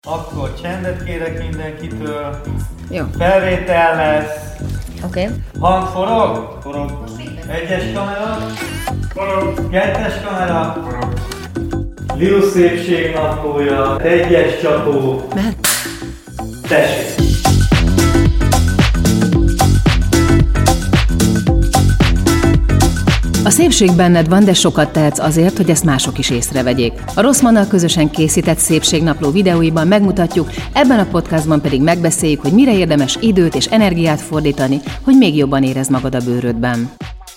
Akkor csendet kérek mindenkitől. Jó. Felvétel lesz. Oké. Hang forog? Forog. Egyes kamera? Forog. Kettes kamera? Forog. Liu szépség naplója. Egyes csapó. Mehet. Tessék. A szépség benned van, de sokat tehetsz azért, hogy ezt mások is észrevegyék. A Rosszmannal közösen készített szépségnapló videóiban megmutatjuk, ebben a podcastban pedig megbeszéljük, hogy mire érdemes időt és energiát fordítani, hogy még jobban érezd magad a bőrödben.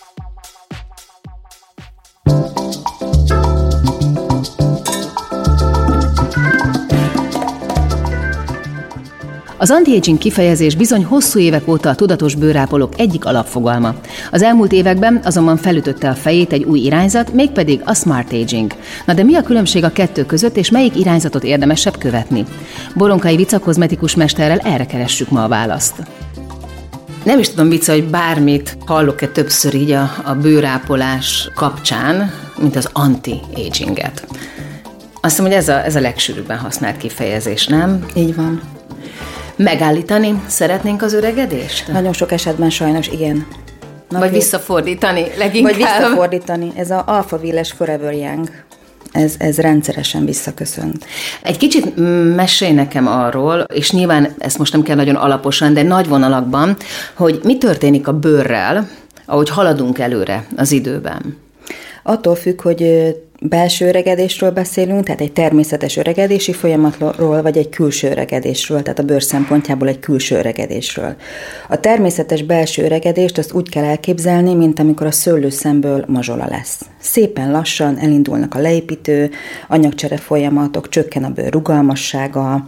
Az anti-aging kifejezés bizony hosszú évek óta a tudatos bőrápolók egyik alapfogalma. Az elmúlt években azonban felütötte a fejét egy új irányzat, mégpedig a smart aging. Na de mi a különbség a kettő között, és melyik irányzatot érdemesebb követni? Boronkai Vica kozmetikus mesterrel erre keressük ma a választ. Nem is tudom, Vica, hogy bármit hallok-e többször így a bőrápolás kapcsán, mint az anti-aginget. Azt hiszem, hogy ez a legsűrűbben használt kifejezés, nem? Így van. Megállítani szeretnénk az öregedést? Nagyon sok esetben sajnos igen. Vagy visszafordítani leginkább? Vagy visszafordítani. Ez az Alphaville-es Forever Young. Ez rendszeresen visszaköszönt. Egy kicsit mesélj nekem arról, és nyilván ezt most nem kell nagyon alaposan, de nagy vonalakban, hogy mi történik a bőrrel, ahogy haladunk előre az időben. Attól függ, hogy belső öregedésről beszélünk, tehát egy természetes öregedési folyamatról, vagy egy külső öregedésről, tehát a bőr szempontjából egy külső öregedésről. A természetes belső öregedést azt úgy kell elképzelni, mint amikor a szőlőszemből mazsola lesz. Szépen lassan elindulnak a leépítő anyagcsere folyamatok, csökken a bőr rugalmassága,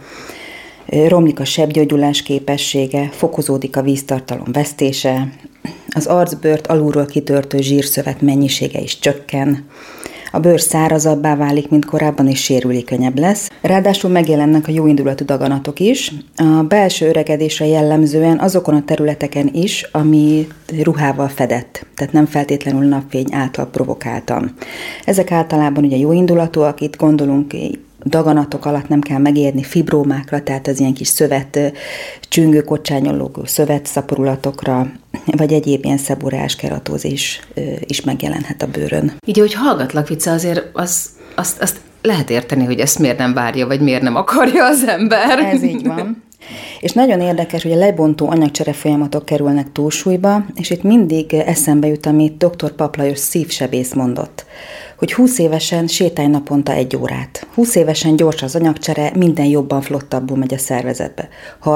romlik a sebgyógyulás képessége, fokozódik a víztartalom vesztése, az arcbőrt alulról kitörtő zsírszövet mennyisége is csökken, a bőr szárazabbá válik, mint korábban, és sérülékenyebb lesz. Ráadásul megjelennek a jóindulatú daganatok is, a belső öregedésre jellemzően azokon a területeken is, ami ruhával fedett, tehát nem feltétlenül napfény által provokáltan. Ezek általában ugye jóindulatúak, itt gondolunk daganatok alatt nem kell megérni fibrómákra, tehát az ilyen kis szövet, csüngő, kocsányolló szövetszaporulatokra, vagy egyéb ilyen szeborás keratózis is megjelenhet a bőrön. Így, hogy hallgatlak, Vica, azért azt lehet érteni, hogy ezt miért nem várja, vagy miért nem akarja az ember. Ez így van. És nagyon érdekes, hogy a lebontó anyagcsere folyamatok kerülnek túlsúlyba, és itt mindig eszembe jut, amit dr. Paplajos szívsebész mondott, hogy 20 évesen sétálj naponta 1 órát. 20 évesen gyors az anyagcsere, minden jobban, flottabbul megy a szervezetbe.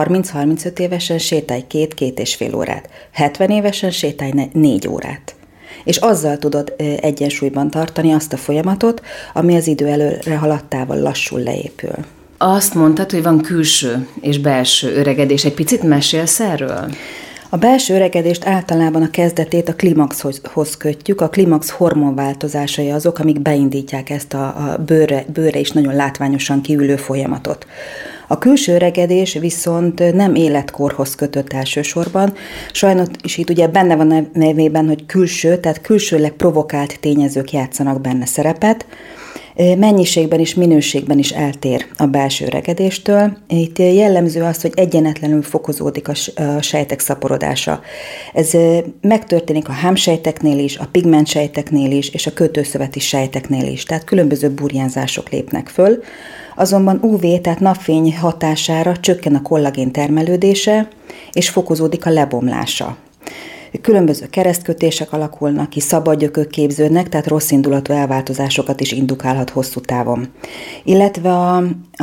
30-35 évesen sétálj 2-2,5 órát. 70 évesen sétálj 4 órát. És azzal tudod egyensúlyban tartani azt a folyamatot, ami az idő előre haladtával lassul leépül. Azt mondtad, hogy van külső és belső öregedés. Egy picit mesélsz erről? A belső öregedést általában a kezdetét a klimaxhoz kötjük. A klimax hormonváltozásai azok, amik beindítják ezt a bőrre is nagyon látványosan kiülő folyamatot. A külső öregedés viszont nem életkorhoz kötött elsősorban. Sajnos itt ugye benne van a nevében, hogy külső, tehát külsőleg provokált tényezők játszanak benne szerepet. Mennyiségben és minőségben is eltér a belső öregedéstől. Itt jellemző az, hogy egyenetlenül fokozódik a sejtek szaporodása. Ez megtörténik a hámsejteknél is, a pigmentsejteknél is, és a kötőszöveti sejteknél is, tehát különböző burjánzások lépnek föl. Azonban UV, tehát napfény hatására csökken a kollagén termelődése, és fokozódik a lebomlása. Különböző keresztkötések alakulnak ki, szabad gyökök képződnek, tehát rossz indulatú elváltozásokat is indukálhat hosszú távon. Illetve a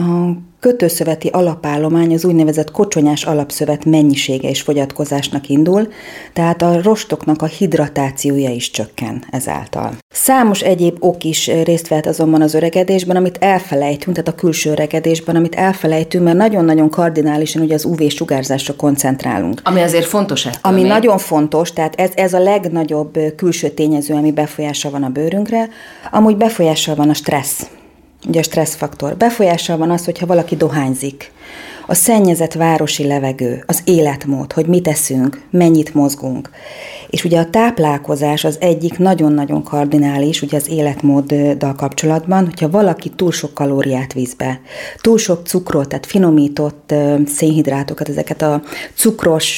kötőszöveti alapállomány, az úgynevezett kocsonyás alapszövet mennyisége és fogyatkozásnak indul, tehát a rostoknak a hidratációja is csökken ezáltal. Számos egyéb ok is részt vehet azonban az öregedésben, amit elfelejtünk, tehát a külső öregedésben, amit elfelejtünk, mert nagyon-nagyon kardinálisan ugye az UV-sugárzásra koncentrálunk. Ami azért fontos ettől. Ami nagyon fontos, tehát ez a legnagyobb külső tényező, ami befolyással van a bőrünkre, amúgy befolyással van a stressz. Ugye a stresszfaktor. Befolyással van az, hogyha valaki dohányzik, a szennyezett városi levegő, az életmód, hogy mit eszünk, mennyit mozgunk. És ugye a táplálkozás az egyik nagyon-nagyon kardinális, ugye az életmóddal kapcsolatban, hogyha valaki túl sok kalóriát visz be, túl sok cukrot, tehát finomított szénhidrátokat, ezeket a cukros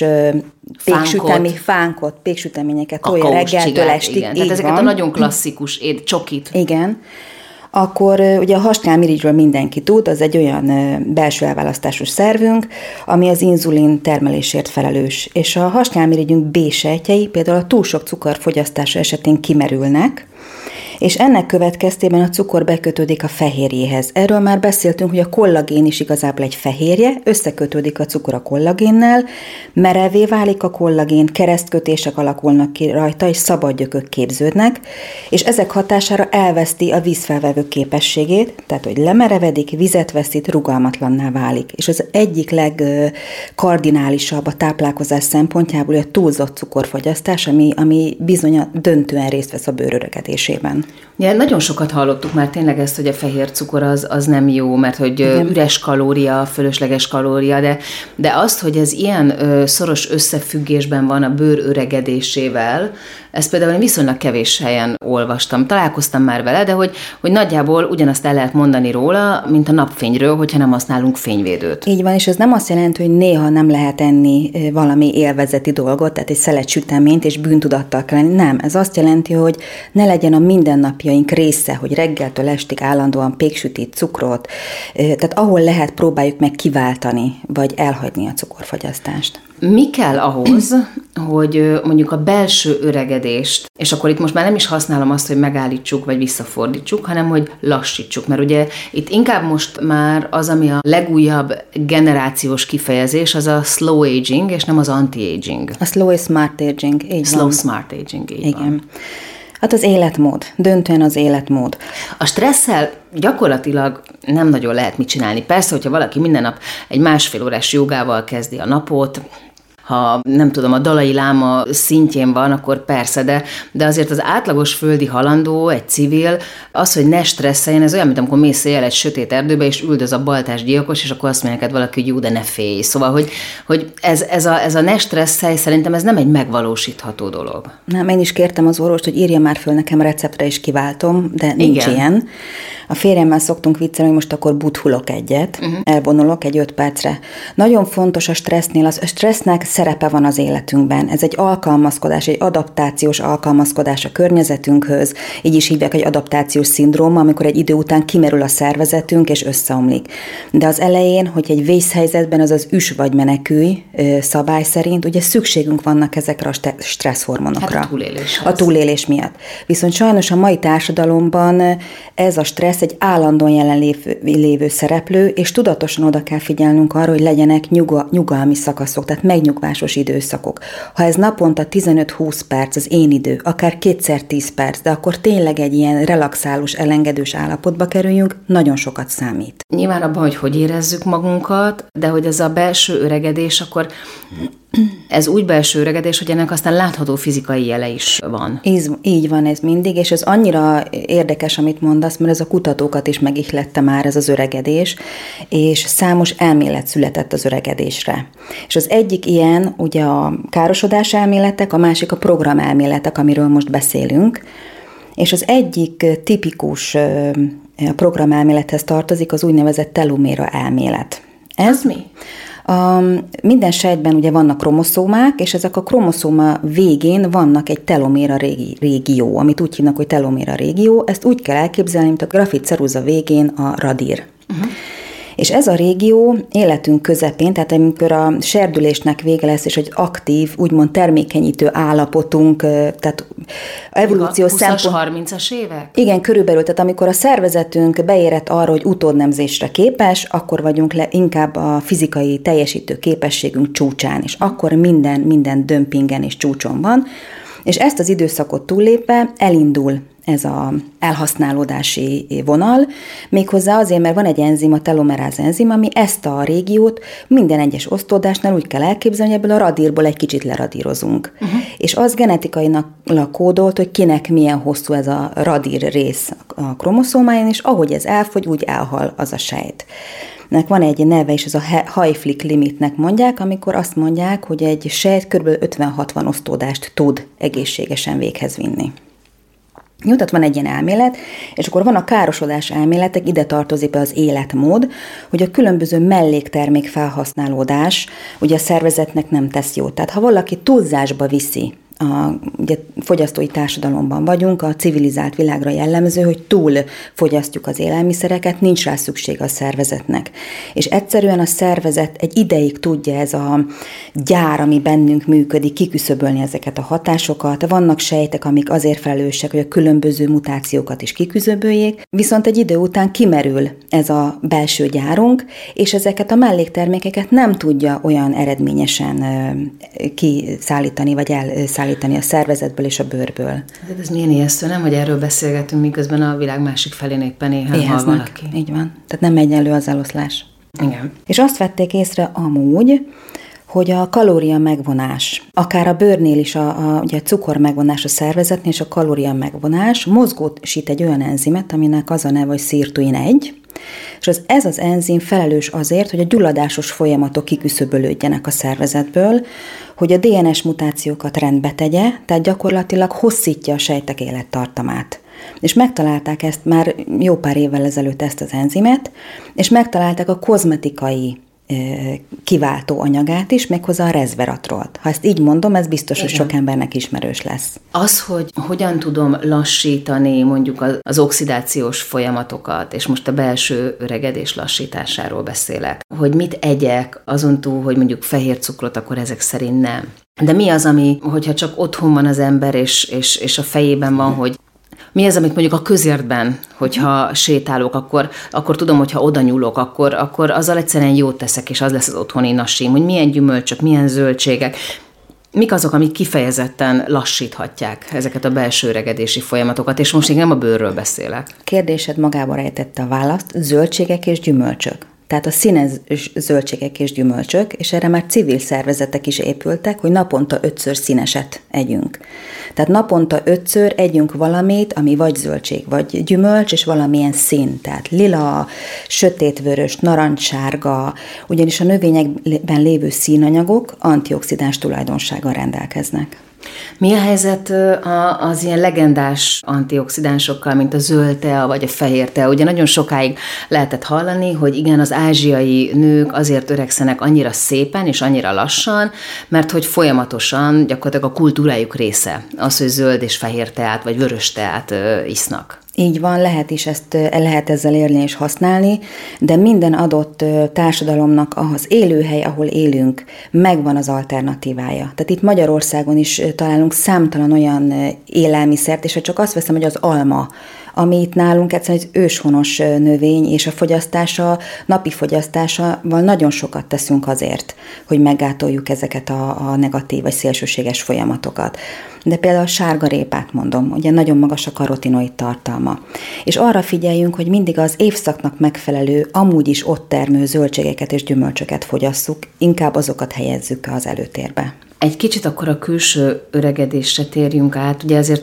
péksüteményeket tolja reggeltől estig. Igen. Tehát ezeket a nagyon klasszikus csokit. Igen. Akkor ugye a hasnyálmirigyről mindenki tud, az egy olyan belső elválasztásos szervünk, ami az inzulin termelésért felelős. És a hasnyálmirigyünk B-sejtjei például a túl sok cukor fogyasztása esetén kimerülnek, és ennek következtében a cukor bekötődik a fehérjéhez. Erről már beszéltünk, hogy a kollagén is igazából egy fehérje, összekötődik a cukor a kollagénnel, merevé válik a kollagén, keresztkötések alakulnak ki rajta, és szabad gyökök képződnek, és ezek hatására elveszti a vízfelvevő képességét, tehát hogy lemerevedik, vizet veszít, rugalmatlanná válik. És az egyik legkardinálisabb a táplálkozás szempontjából a túlzott cukorfogyasztás, ami bizony döntően részt vesz a bőr öregedésében. Ja, nagyon sokat hallottuk már tényleg ezt, hogy a fehér cukor az nem jó, mert hogy üres kalória, fölösleges kalória, de azt, hogy ez ilyen szoros összefüggésben van a bőr öregedésével, ezt például viszonylag kevés helyen olvastam. Találkoztam már vele, de hogy nagyjából ugyanazt el lehet mondani róla, mint a napfényről, hogyha nem használunk fényvédőt. Így van, és ez nem azt jelenti, hogy néha nem lehet enni valami élvezeti dolgot, tehát egy szelet süteményt és bűntudattal kell lenni. Nem, ez azt jelenti, hogy ne legyen a mindennapjaink része, hogy reggeltől estig állandóan péksütit, cukrot, tehát ahol lehet, próbáljuk meg kiváltani, vagy elhagyni a cukorfogyasztást. Mi kell ahhoz, hogy mondjuk a belső öregedést, és akkor itt most már nem is használom azt, hogy megállítsuk, vagy visszafordítsuk, hanem hogy lassítsuk, mert ugye itt inkább most már az, ami a legújabb generációs kifejezés, az a slow aging, és nem az anti-aging. A slow és smart aging, így slow van. smart aging, így igen. van. Hát az életmód, döntően az életmód. A stresszel gyakorlatilag nem nagyon lehet mit csinálni. Persze, hogyha valaki minden nap egy 1,5 órás jogával kezdi a napot, ha nem tudom, a Dalai Láma szintjén van, akkor persze, de azért az átlagos földi halandó, egy civil, az, hogy ne stresszeljen, ez olyan, mint amikor mész éjjel egy sötét erdőbe, és üldöz a baltásgyilkos, és akkor azt mondja neked valaki, hogy jó, de ne félj. Szóval, hogy ez a ne stresszelj, szerintem ez nem egy megvalósítható dolog. Nem, én is kértem az orvost, hogy írja már föl nekem receptre, és kiváltom, de nincs igen. Ilyen. A férjemmel szoktunk viccelni, hogy most akkor buthulok egyet, elvonulok egy 5 percre. Nagyon fontos a stressznél, a stressznek szerepe van az életünkben. Ez egy alkalmazkodás, egy adaptációs alkalmazkodás a környezetünkhöz, így is hívják egy adaptációs szindróma, amikor egy idő után kimerül a szervezetünk és összeomlik. De az elején, hogy egy vészhelyzetben az üs vagy menekülj szabály szerint, ugye szükségünk vannak ezekre a stresszhormonokra. Hát a túlélés miatt. Viszont sajnos a mai társadalomban ez a stressz egy állandóan jelenlévő szereplő, és tudatosan oda kell figyelnünk arra, hogy legyenek nyugalmi szakaszok, tehát megnyugvásos időszakok. Ha ez naponta 15-20 perc az én idő, akár 2x10 perc, de akkor tényleg egy ilyen relaxálós, elengedős állapotba kerüljünk, nagyon sokat számít. Nyilván abban, hogy érezzük magunkat, de hogy ez a belső öregedés, akkor ez úgy belső öregedés, hogy ennek aztán látható fizikai jele is van. Így van ez mindig, és ez annyira érdekes, amit mondasz, mert ez a kutatókat is megihlette már ez az öregedés, és számos elmélet született az öregedésre. És az egyik ilyen, ugye a károsodás elméletek, a másik a programelméletek, amiről most beszélünk, és az egyik tipikus programelmélethez tartozik az úgynevezett teloméra elmélet. Ez mi? Minden sejtben ugye vannak kromoszómák, és ezek a kromoszóma végén vannak egy teloméra régió, amit úgy hívnak, hogy teloméra régió. Ezt úgy kell elképzelni, mint a grafit-ceruza végén a radír. És ez a régió életünk közepén, tehát amikor a serdülésnek vége lesz, és egy aktív, úgymond termékenyítő állapotunk, tehát evolúciós szempont... 20-30-as évek? Igen, körülbelül, tehát amikor a szervezetünk beérett arra, hogy utódnemzésre képes, akkor vagyunk inkább a fizikai teljesítő képességünk csúcsán, és akkor minden dömpingen és csúcson van, és ezt az időszakot túllépve elindul ez az elhasználódási vonal, méghozzá azért, mert van egy enzim, a telomeráz enzim, ami ezt a régiót minden egyes osztódásnál úgy kell elképzelni, hogy ebből a radírból egy kicsit leradírozunk. És az genetikailag kódolt, hogy kinek milyen hosszú ez a radír rész a kromoszómáján, és ahogy ez elfogy, úgy elhal az a sejt. Ennek van egy neve is, ez a Hayflick limitnek mondják, amikor azt mondják, hogy egy sejt kb. 50-60 osztódást tud egészségesen véghez vinni. Jó, tehát van egy ilyen elmélet, és akkor van a károsodás elméletek, ide tartozik be az életmód, hogy a különböző melléktermék felhasználódás ugye a szervezetnek nem tesz jót. Tehát ha valaki túlzásba viszi, ugye fogyasztói társadalomban vagyunk, a civilizált világra jellemző, hogy túl fogyasztjuk az élelmiszereket, nincs rá szükség a szervezetnek. És egyszerűen a szervezet egy ideig tudja, ez a gyár, ami bennünk működik, kiküszöbölni ezeket a hatásokat. Vannak sejtek, amik azért felelősek, hogy a különböző mutációkat is kiküszöböljék, viszont egy idő után kimerül ez a belső gyárunk, és ezeket a melléktermékeket nem tudja olyan eredményesen kiszállítani, vagy elszállítani a szervezetből és a bőrből. Hát ez milyen ijesztő, nem, hogy erről beszélgetünk, miközben a világ másik felén éppen éhen hal valaki. Így van. Tehát nem megy elő az eloszlás. Igen. És azt vették észre amúgy, hogy a kalória megvonás, akár a bőrnél is ugye a cukor megvonás a szervezetnél, és a kalória megvonás mozgósít egy olyan enzimet, aminek az a neve, hogy sirtuin 1, és ez az enzim felelős azért, hogy a gyulladásos folyamatok kiküszöbölődjenek a szervezetből, hogy a DNS mutációkat rendbe tegye, tehát gyakorlatilag hosszítja a sejtek élettartamát. És megtalálták ezt már jó pár évvel ezelőtt ezt az enzimet, és megtalálták a kozmetikai kiváltó anyagát is, méghozzá a resveratrolt. Ha ezt így mondom, ez biztos, hogy sok embernek ismerős lesz. Az, hogy hogyan tudom lassítani mondjuk az oxidációs folyamatokat, és most a belső öregedés lassításáról beszélek, hogy mit egyek azon túl, hogy mondjuk fehér cukrot, akkor ezek szerint nem. De mi az, ami, hogyha csak otthon van az ember, és a fejében van, hogy mi az, amit mondjuk a közértben, hogyha sétálok, akkor tudom, hogyha oda nyúlok, akkor azzal egyszerűen jót teszek, és az lesz az otthoni nasim, hogy milyen gyümölcsök, milyen zöldségek, mik azok, amik kifejezetten lassíthatják ezeket a belső öregedési folyamatokat, és most még nem a bőrről beszélek. A kérdésed magába rejtette a választ, zöldségek és gyümölcsök. Tehát a színes zöldségek és gyümölcsök, és erre már civil szervezetek is épültek, hogy naponta 5-ször színeset együnk. Tehát naponta 5-ször együnk valamit, ami vagy zöldség, vagy gyümölcs, és valamilyen szín. Tehát lila, sötétvörös, narancssárga, ugyanis a növényekben lévő színanyagok antioxidáns tulajdonsággal rendelkeznek. Mi a helyzet az ilyen legendás antioxidánsokkal, mint a zöld tea vagy a fehér tea? Ugye nagyon sokáig lehetett hallani, hogy igen, az ázsiai nők azért öregszenek annyira szépen és annyira lassan, mert hogy folyamatosan gyakorlatilag a kultúrájuk része az, hogy zöld és fehér teát vagy vörös teát isznak. Így van, lehet ezzel élni és használni, de minden adott társadalomnak az élőhely, ahol élünk, megvan az alternatívája. Tehát itt Magyarországon is találunk számtalan olyan élelmiszert, és ha csak azt veszem, hogy az alma, ami itt nálunk egyszerűen egy őshonos növény, és a fogyasztása, napi fogyasztásával nagyon sokat teszünk azért, hogy meggátoljuk ezeket a negatív vagy szélsőséges folyamatokat. De például a sárgarépát mondom, ugye nagyon magas a karotinoid tartalma. És arra figyeljünk, hogy mindig az évszaknak megfelelő, amúgy is ott termő zöldségeket és gyümölcsöket fogyasszuk, inkább azokat helyezzük az előtérbe. Egy kicsit akkor a külső öregedésre térjünk át. Ugye azért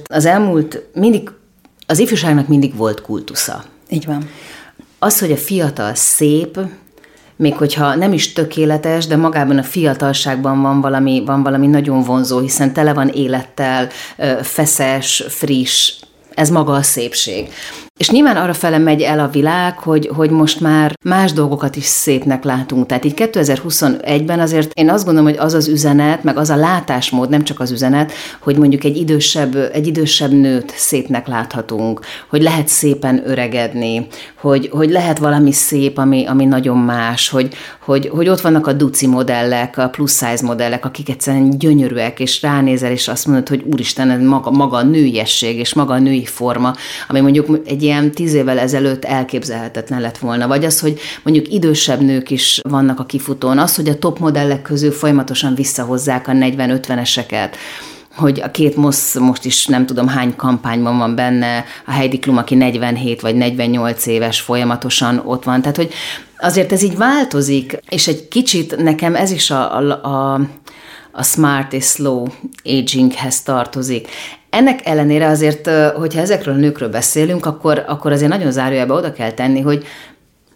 az ifjúságnak mindig volt kultusza. Így van. Az, hogy a fiatal szép, még hogyha nem is tökéletes, de magában a fiatalságban van valami nagyon vonzó, hiszen tele van élettel, feszes, friss, ez maga a szépség. És nyilván arrafele megy el a világ, hogy most már más dolgokat is szépnek látunk. Tehát így 2021-ben azért én azt gondolom, hogy az az üzenet, meg az a látásmód, nem csak az üzenet, hogy mondjuk egy idősebb nőt szépnek láthatunk, hogy lehet szépen öregedni, hogy lehet valami szép, ami nagyon más, hogy ott vannak a duci modellek, a plus size modellek, akik egyszerűen gyönyörűek, és ránézel, és azt mondod, hogy úristen, ez maga a nőiesség, és maga a női forma, ami mondjuk egy ilyen 10 évvel ezelőtt elképzelhetetlen lett volna. Vagy az, hogy mondjuk idősebb nők is vannak a kifutón, az, hogy a top modellek közül folyamatosan visszahozzák a 40-50-eseket, hogy a Kate Moss most is nem tudom hány kampányban van benne, a Heidi Klum, aki 47 vagy 48 éves, folyamatosan ott van. Tehát, hogy azért ez így változik, és egy kicsit nekem ez is a smart és slow aginghez tartozik. Ennek ellenére azért, hogyha ezekről a nőkről beszélünk, akkor azért nagyon zárójelbe oda kell tenni, hogy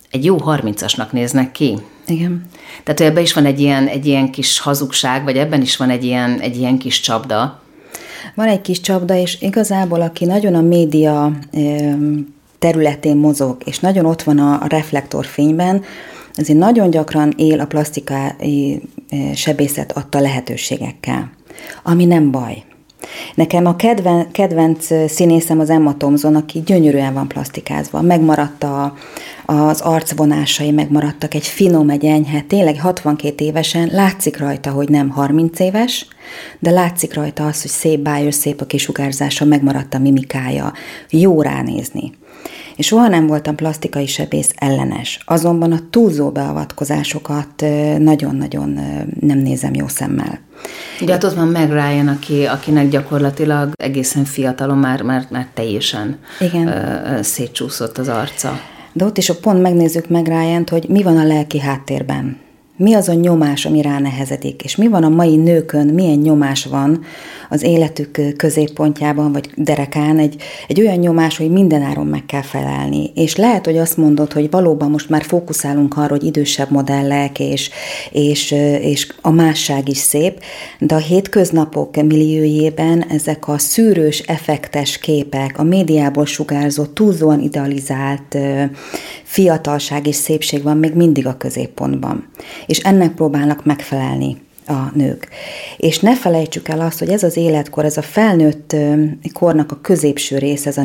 egy jó 30-asnak néznek ki. Igen. Tehát ebben is van egy ilyen kis hazugság, vagy ebben is van egy ilyen kis csapda. Van egy kis csapda, és igazából aki nagyon a média területén mozog, és nagyon ott van a reflektorfényben, azért nagyon gyakran él a plastikai sebészet adta lehetőségekkel, ami nem baj. Nekem a kedvenc színészem az Emma Thompson, aki gyönyörűen van plastikázva. Megmaradt az arcvonásai, megmaradtak egy finom, egy enyhe, tényleg 62 évesen, látszik rajta, hogy nem 30 éves, de látszik rajta az, hogy szép bájos, szép a kisugárzása, megmaradt a mimikája, jó ránézni. És soha nem voltam plastikai sebész ellenes, azonban a túlzó beavatkozásokat nagyon-nagyon nem nézem jó szemmel. Ugye hát ott van Meg Ryan, akinek gyakorlatilag egészen fiatalon már teljesen szétcsúszott az arca. De ott is pont megnézzük Meg Ryant, hogy mi van a lelki háttérben. Mi az a nyomás, ami ránehezedik, és mi van a mai nőkön, milyen nyomás van az életük középpontjában, vagy derekán, egy olyan nyomás, hogy mindenáron meg kell felelni. És lehet, hogy azt mondod, hogy valóban most már fókuszálunk arra, hogy idősebb modellek, és a másság is szép, de a hétköznapok milliójében ezek a szűrős, effektes képek, a médiából sugárzott, túlzóan idealizált fiatalság és szépség van még mindig a középpontban. És ennek próbálnak megfelelni a nők. És ne felejtsük el azt, hogy ez az életkor, ez a felnőtt kornak a középső rész, ez a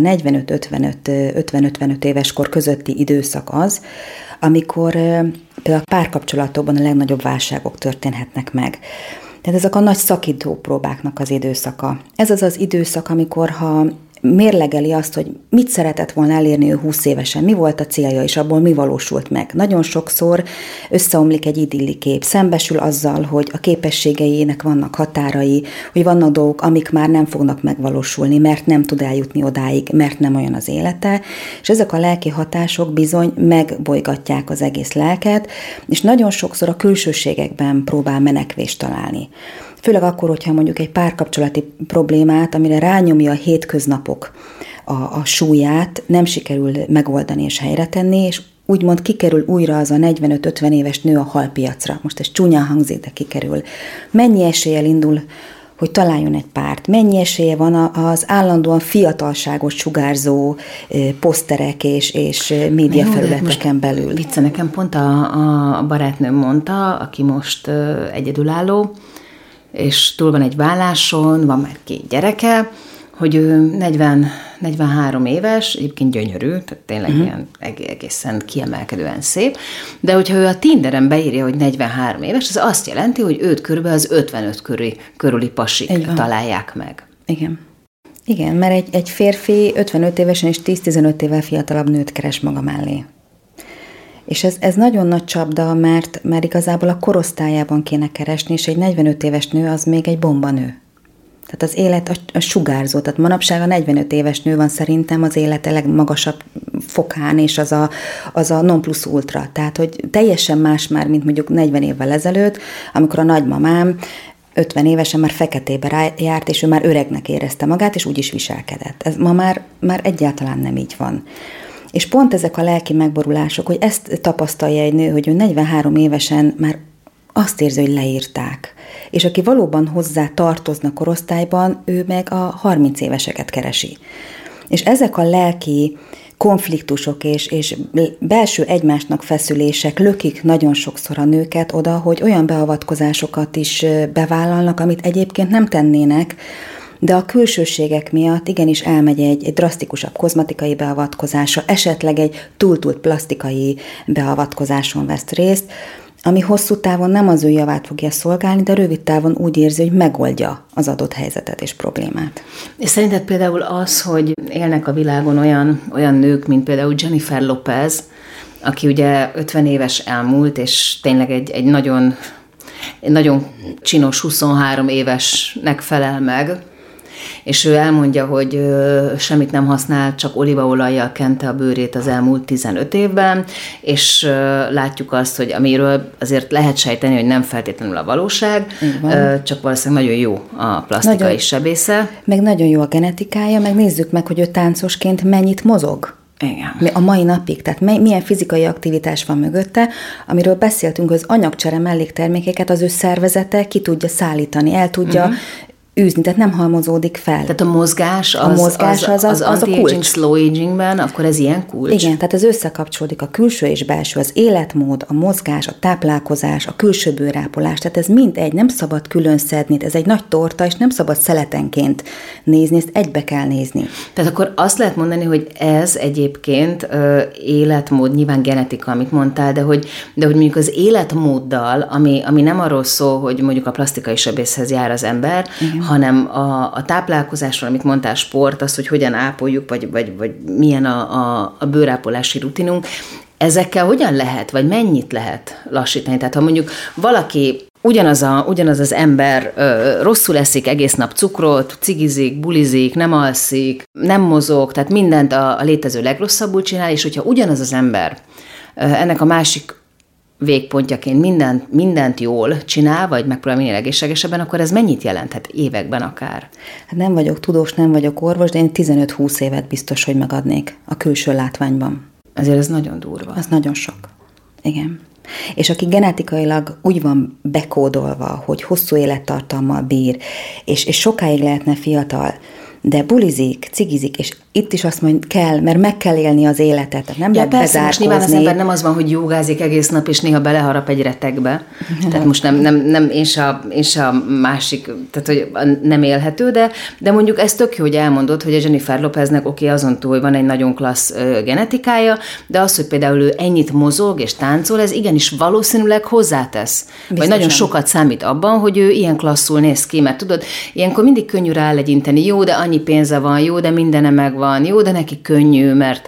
45-55 éves kor közötti időszak az, amikor például a párkapcsolatokban a legnagyobb válságok történhetnek meg. Tehát ezek a nagy szakító próbáknak az időszaka. Ez az az időszak, amikor ha mérlegeli azt, hogy mit szeretett volna elérni ő 20 évesen, mi volt a célja, és abból mi valósult meg. Nagyon sokszor összeomlik egy idilli kép, szembesül azzal, hogy a képességeinek vannak határai, hogy vannak dolgok, amik már nem fognak megvalósulni, mert nem tud eljutni odáig, mert nem olyan az élete, és ezek a lelki hatások bizony megbolygatják az egész lelket, és nagyon sokszor a külsőségekben próbál menekvést találni. Főleg akkor, hogyha mondjuk egy párkapcsolati problémát, amire rányomja a hétköznapok a súlyát, nem sikerül megoldani és helyre tenni, és úgymond kikerül újra az a 45-50 éves nő a halpiacra. Most ez csúnyán hangzik, de kikerül. Mennyi eséllyel indul, hogy találjon egy párt? Mennyi esélye van az állandóan fiatalságot sugárzó poszterek és médiafelületeken belül? Vicce, nekem pont a barátnőm mondta, aki most egyedülálló, és túl van egy válláson, van már 2 gyereke, hogy ő 43 éves, egyébként gyönyörű, tehát tényleg ilyen egészen kiemelkedően szép, de hogyha ő a Tinderen beírja, hogy 43 éves, az azt jelenti, hogy őt körülbelül az 55 körüli pasik találják meg. Igen. Igen, mert egy férfi 55 évesen és 10-15 évvel fiatalabb nőt keres maga mellé. És ez nagyon nagy csapda, mert igazából a korosztályában kéne keresni, és egy 45 éves nő az még egy bombanő. Tehát az élet a sugárzó, tehát manapság a 45 éves nő van szerintem az élete legmagasabb fokán, és az a non plus ultra. Tehát, hogy teljesen más már, mint mondjuk 40 évvel ezelőtt, amikor a nagymamám 50 évesen már feketébe járt, és ő már öregnek érezte magát, és úgy is viselkedett. Ez ma már egyáltalán nem így van. És pont ezek a lelki megborulások, hogy ezt tapasztalja egy nő, hogy ő 43 évesen már azt érzi, hogy leírták. És aki valóban hozzá tartozna korosztályban, ő meg a 30 éveseket keresi. És ezek a lelki konfliktusok és belső egymásnak feszülések lökik nagyon sokszor a nőket oda, hogy olyan beavatkozásokat is bevállalnak, amit egyébként nem tennének, de a külsőségek miatt igenis elmegy egy drasztikusabb kozmetikai beavatkozása, esetleg egy túltult plastikai beavatkozáson vesz részt, ami hosszú távon nem az ő javát fogja szolgálni, de rövid távon úgy érzi, hogy megoldja az adott helyzetet és problémát. És szerinted például az, hogy élnek a világon olyan nők, mint például Jennifer Lopez, aki ugye 50 éves elmúlt, és tényleg egy nagyon csinos 23 évesnek felel meg, és ő elmondja, hogy semmit nem használ, csak olívaolajjal kente a bőrét az elmúlt 15 évben, és látjuk azt, hogy amiről azért lehet sejteni, hogy nem feltétlenül a valóság, csak valószínűleg nagyon jó a plastikai sebésze. Meg nagyon jó a genetikája, meg nézzük meg, hogy ő táncosként mennyit mozog. Igen. A mai napig, tehát milyen fizikai aktivitás van mögötte, amiről beszéltünk, hogy az anyagcsere melléktermékeket az ő szervezete ki tudja szállítani, el tudja űzni, tehát nem halmozódik fel. Tehát a mozgás az anti-aging, slow agingben, akkor ez ilyen kulcs? Igen, tehát ez összekapcsolódik a külső és belső, az életmód, a mozgás, a táplálkozás, a külső bőrápolás, tehát ez mind nem szabad külön szedni, ez egy nagy torta, és nem szabad szeletenként nézni, ezt egybe kell nézni. Tehát akkor azt lehet mondani, hogy ez egyébként életmód, nyilván genetika, amit mondtál, de hogy mondjuk az életmóddal, ami nem arról szól, hogy mondjuk a plastikai sebészhez jár az ember, hanem a táplálkozásról, amit mondtál, sport, az, hogy hogyan ápoljuk, vagy milyen a bőrápolási rutinunk, ezekkel hogyan lehet, vagy mennyit lehet lassítani? Tehát ha mondjuk valaki ugyanaz az ember rosszul eszik egész nap cukrot, cigizik, bulizik, nem alszik, nem mozog, tehát mindent a létező legrosszabbul csinál, és hogyha ugyanaz az ember ennek a másik végpontjaként mindent jól csinál, vagy megpróbál minél egészségesebben, akkor ez mennyit jelenthet években akár? Hát nem vagyok tudós, nem vagyok orvos, de én 15-20 évet biztos, hogy megadnék a külső látványban. Ezért ez nagyon durva. Az nagyon sok. Igen. És aki genetikailag úgy van bekódolva, hogy hosszú élettartammal bír, és sokáig lehetne fiatal, de bulizik, cigizik, és itt is azt mondja, kell, mert meg kell élni az életet, tehát nem lehet bezárkózni. Most nyilván az ember nem az van, hogy jogázik egész nap, és néha beleharap egy retegbe. Tehát most nem én se a másik, tehát hogy nem élhető, de mondjuk ez tök jó, hogy elmondod, hogy a Jennifer Lopeznek azon túl, hogy van egy nagyon klassz genetikája, de az, hogy például ő ennyit mozog és táncol, ez igenis valószínűleg hozzátesz. Biztosan. Vagy nagyon sokat számít abban, hogy ő ilyen klasszul néz ki, mert tudod, ilyenkor mindig könnyű rálegyinteni, jó, de annyi pénze van, jó, de mindene megvan, jó, de neki könnyű, mert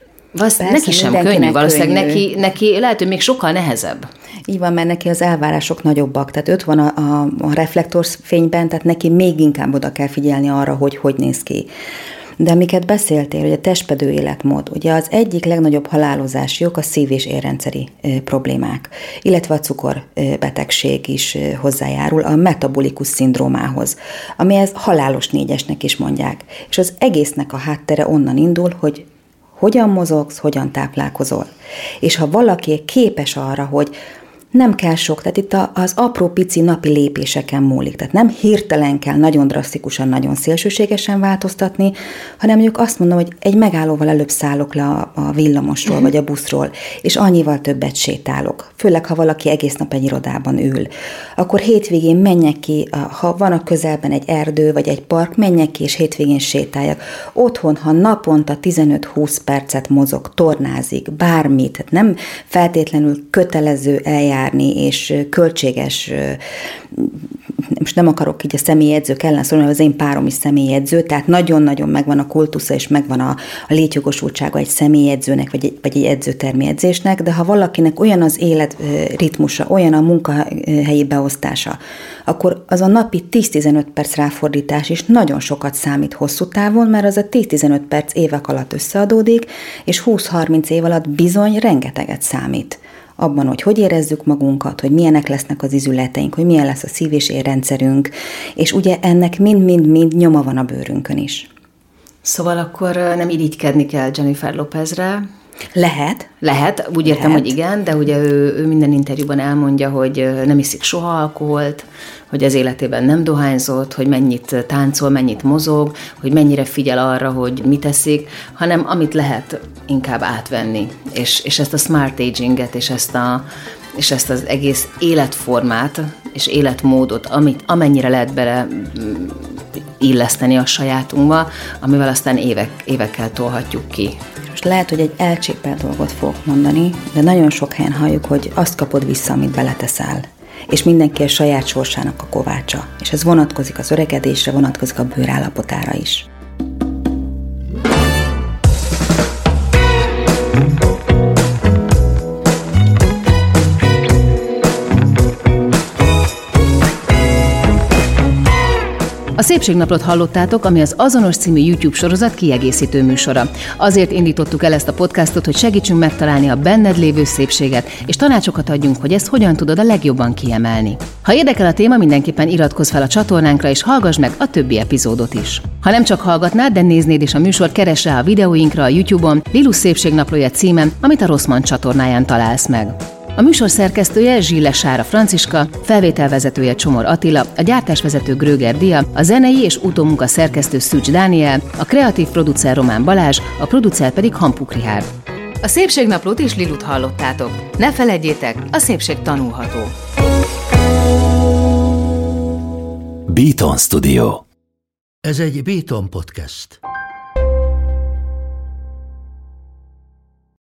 neki sem könnyű, valószínűleg neki lehet, hogy még sokkal nehezebb. Így van, mert neki az elvárások nagyobbak, tehát őt van a reflektorfényben, tehát neki még inkább oda kell figyelni arra, hogy néz ki. De amiket beszéltél, hogy a testpedő életmód, ugye az egyik legnagyobb halálozási ok a szív- és érrendszeri problémák, illetve a cukorbetegség is hozzájárul a metabolikus szindrómához, amihez halálos 4-esnek is mondják. És az egésznek a háttere onnan indul, hogy hogyan mozogsz, hogyan táplálkozol. És ha valaki képes arra, hogy nem kell sok, tehát itt az apró pici napi lépéseken múlik. Tehát nem hirtelen kell nagyon drasztikusan, nagyon szélsőségesen változtatni, hanem mondjuk azt mondom, hogy egy megállóval előbb szállok le a villamosról, vagy a buszról, és annyival többet sétálok. Főleg, ha valaki egész nap egy irodában ül. Akkor hétvégén menjek ki, ha van a közelben egy erdő, vagy egy park, menjek ki, és hétvégén sétáljak. Otthon, ha naponta 15-20 percet mozog, tornázik, bármit, tehát nem feltétlenül kötelező eljárni, és költséges, most nem akarok így a személyedzők ellen szólni, az én párom is személyedző, tehát nagyon-nagyon megvan a kultusza, és megvan a létjogosultsága egy személyedzőnek, vagy egy edzőtermi edzésnek, de ha valakinek olyan az életritmusa, olyan a munkahelyi beosztása, akkor az a napi 10-15 perc ráfordítás is nagyon sokat számít hosszú távon, mert az a 10-15 perc évek alatt összeadódik, és 20-30 év alatt bizony rengeteget számít. Abban, hogy érezzük magunkat, hogy milyenek lesznek az izületeink, hogy milyen lesz a szív- és érrendszerünk, és ugye ennek mind-mind-mind nyoma van a bőrünkön is. Szóval akkor nem irigykedni kell Jennifer Lopezre. Lehet, úgy értem, hogy igen, de ugye ő minden interjúban elmondja, hogy nem iszik soha alkoholt, hogy az életében nem dohányzott, hogy mennyit táncol, mennyit mozog, hogy mennyire figyel arra, hogy mit eszik, hanem amit lehet inkább átvenni. És ezt a smart aginget, és ezt az egész életformát, és életmódot, amennyire lehet bele illeszteni a sajátunkba, amivel aztán évekkel tolhatjuk ki. Most lehet, hogy egy elcsépelt dolgot fogok mondani, de nagyon sok helyen halljuk, hogy azt kapod vissza, amit beleteszel. És mindenki a saját sorsának a kovácsa. És ez vonatkozik az öregedésre, vonatkozik a bőrállapotára is. A Szépségnaplót hallottátok, ami az Azonos című YouTube sorozat kiegészítő műsora. Azért indítottuk el ezt a podcastot, hogy segítsünk megtalálni a benned lévő szépséget, és tanácsokat adjunk, hogy ezt hogyan tudod a legjobban kiemelni. Ha érdekel a téma, mindenképpen iratkozz fel a csatornánkra, és hallgass meg a többi epizódot is. Ha nem csak hallgatnád, de néznéd is a műsort, keresd rá a videóinkra a YouTube-on Lilus Szépségnaplója címen, amit a Rossmann csatornáján találsz meg. A műsor szerkesztője Zsille Sára Franciska, felvételvezetője Csomor Attila, a gyártásvezető Gröger Dia, a zenei és utómunka szerkesztő Szűcs Dániel, a kreatív producer Román Balázs, a producer pedig Hampuk Richárd. A Szépségnaplót és Lilut hallottátok. Ne feledjétek, a szépség tanulható. Beaton Studio. Ez egy Beaton podcast.